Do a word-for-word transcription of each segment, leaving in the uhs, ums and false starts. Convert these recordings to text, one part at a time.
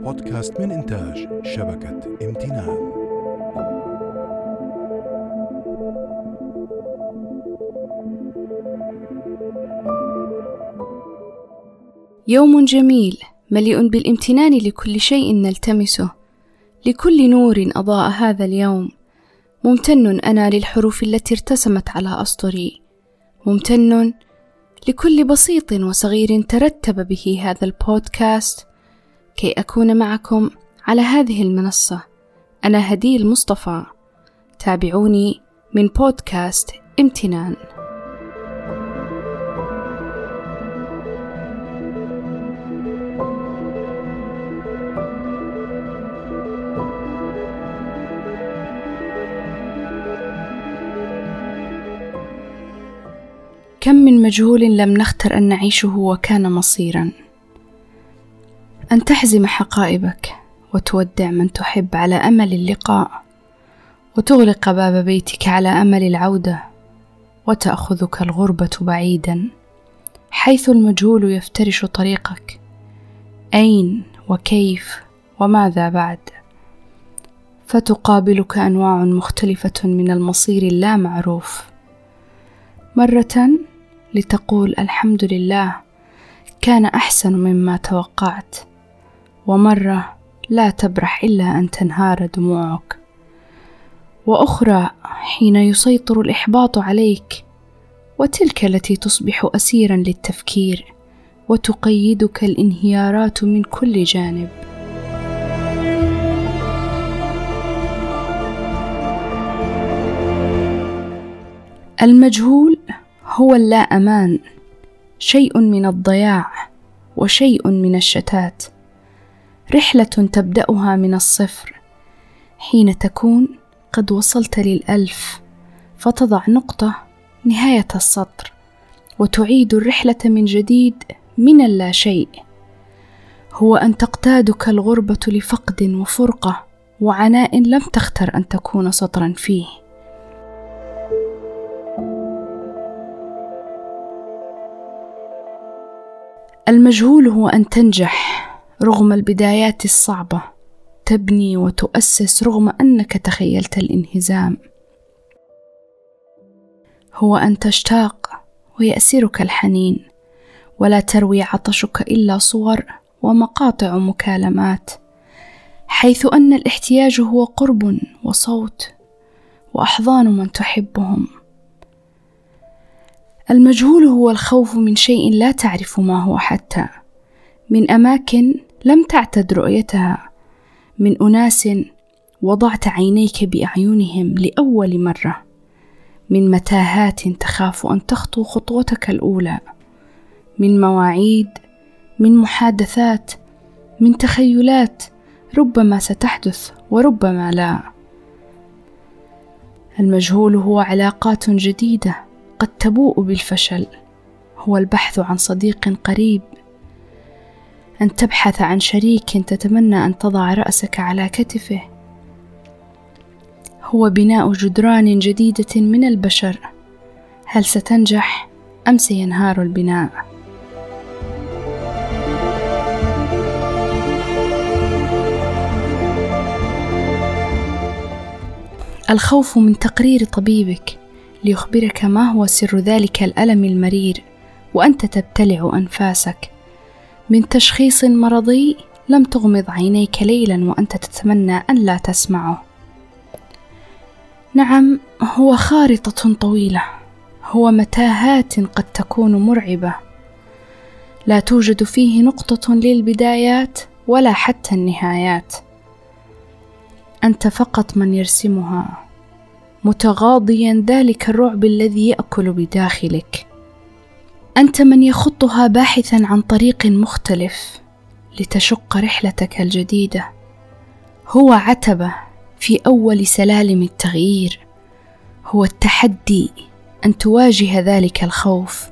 بودكاست من إنتاج شبكة امتنان. يوم جميل مليء بالامتنان لكل شيء نلتمسه، لكل نور أضاء هذا اليوم. ممتن أنا للحروف التي ارتسمت على أسطري، ممتن لكل بسيط وصغير ترتب به هذا البودكاست كي أكون معكم على هذه المنصة. أنا هديل المصطفى، تابعوني من بودكاست امتنان. كم من مجهول لم نختر أن نعيشه وكان مصيرا. أن تحزم حقائبك وتودع من تحب على أمل اللقاء، وتغلق باب بيتك على أمل العودة، وتأخذك الغربة بعيدا حيث المجهول يفترش طريقك. أين وكيف وماذا بعد؟ فتقابلك أنواع مختلفة من المصير اللا معروف، مرة لتقول الحمد لله كان أحسن مما توقعت، ومرة لا تبرح إلا أن تنهار دموعك، وأخرى حين يسيطر الإحباط عليك، وتلك التي تصبح أسيرا للتفكير وتقيدك الانهيارات من كل جانب. المجهول هو اللا أمان، شيء من الضياع وشيء من الشتات، رحلة تبدأها من الصفر حين تكون قد وصلت للألف، فتضع نقطة نهاية السطر وتعيد الرحلة من جديد من اللا شيء. هو أن تقتادك الغربة لفقد وفرقة وعناء لم تختر أن تكون سطرا فيه. المجهول هو أن تنجح رغم البدايات الصعبة، تبني وتؤسس رغم أنك تخيلت الانهزام. هو أن تشتاق ويأسرك الحنين، ولا تروي عطشك إلا صور ومقاطع مكالمات، حيث أن الاحتياج هو قرب وصوت وأحضان من تحبهم. المجهول هو الخوف من شيء لا تعرف ما هو، حتى من أماكن لم تعتد رؤيتها، من أناس وضعت عينيك بأعينهم لأول مرة، من متاهات تخاف أن تخطو خطوتك الأولى، من مواعيد، من محادثات، من تخيلات ربما ستحدث وربما لا. المجهول هو علاقات جديدة قد تبوء بالفشل، هو البحث عن صديق قريب، أن تبحث عن شريك تتمنى أن تضع رأسك على كتفه، هو بناء جدران جديدة من البشر. هل ستنجح أم سينهار البناء؟ الخوف من تقرير طبيبك ليخبرك ما هو سر ذلك الألم المرير وأنت تبتلع أنفاسك، من تشخيص مرضي لم تغمض عينيك ليلا وأنت تتمنى أن لا تسمعه. نعم، هو خارطة طويلة، هو متاهات قد تكون مرعبة، لا توجد فيه نقطة للبدايات ولا حتى النهايات. أنت فقط من يرسمها، متغاضيا ذلك الرعب الذي يأكل بداخلك. أنت من يخطها باحثا عن طريق مختلف لتشق رحلتك الجديدة. هو عتبة في أول سلالم التغيير، هو التحدي أن تواجه ذلك الخوف،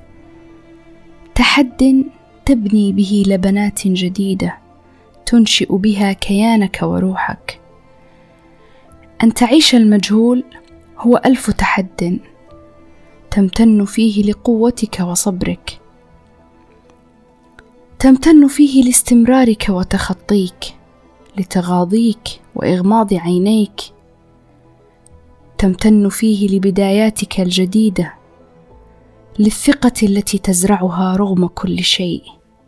تحد تبني به لبنات جديدة تنشئ بها كيانك وروحك. أن تعيش المجهول هو ألف تحد تمتن فيه لقوتك وصبرك، تمتن فيه لاستمرارك وتخطيك، لتغاضيك وإغماض عينيك، تمتن فيه لبداياتك الجديدة، للثقة التي تزرعها رغم كل شيء،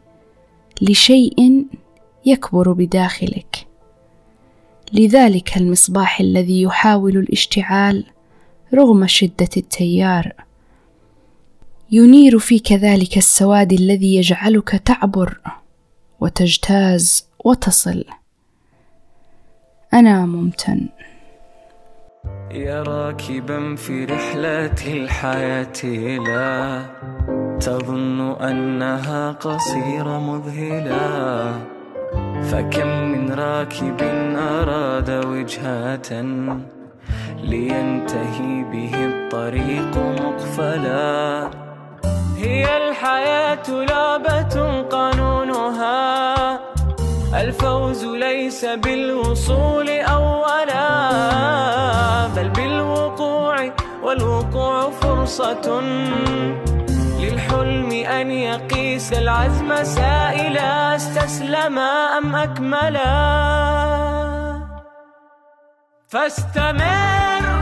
لشيء يكبر بداخلك، لذلك المصباح الذي يحاول الاشتعال رغم شدة التيار، ينير فيك ذلك السواد الذي يجعلك تعبر وتجتاز وتصل. أنا ممتن. يا راكبا في رحلة الحياة لا تظن أنها قصيرة مذهلة، فكم من راكب أراد وجهة لينتهي به الطريق مقفلا. هي الحياة لعبة قانونها الفوز ليس بالوصول أولا، بل بالوقوع، والوقوع فرصة للحلم أن يقيس العزم سائلا استسلما أم أكملا. فاستمر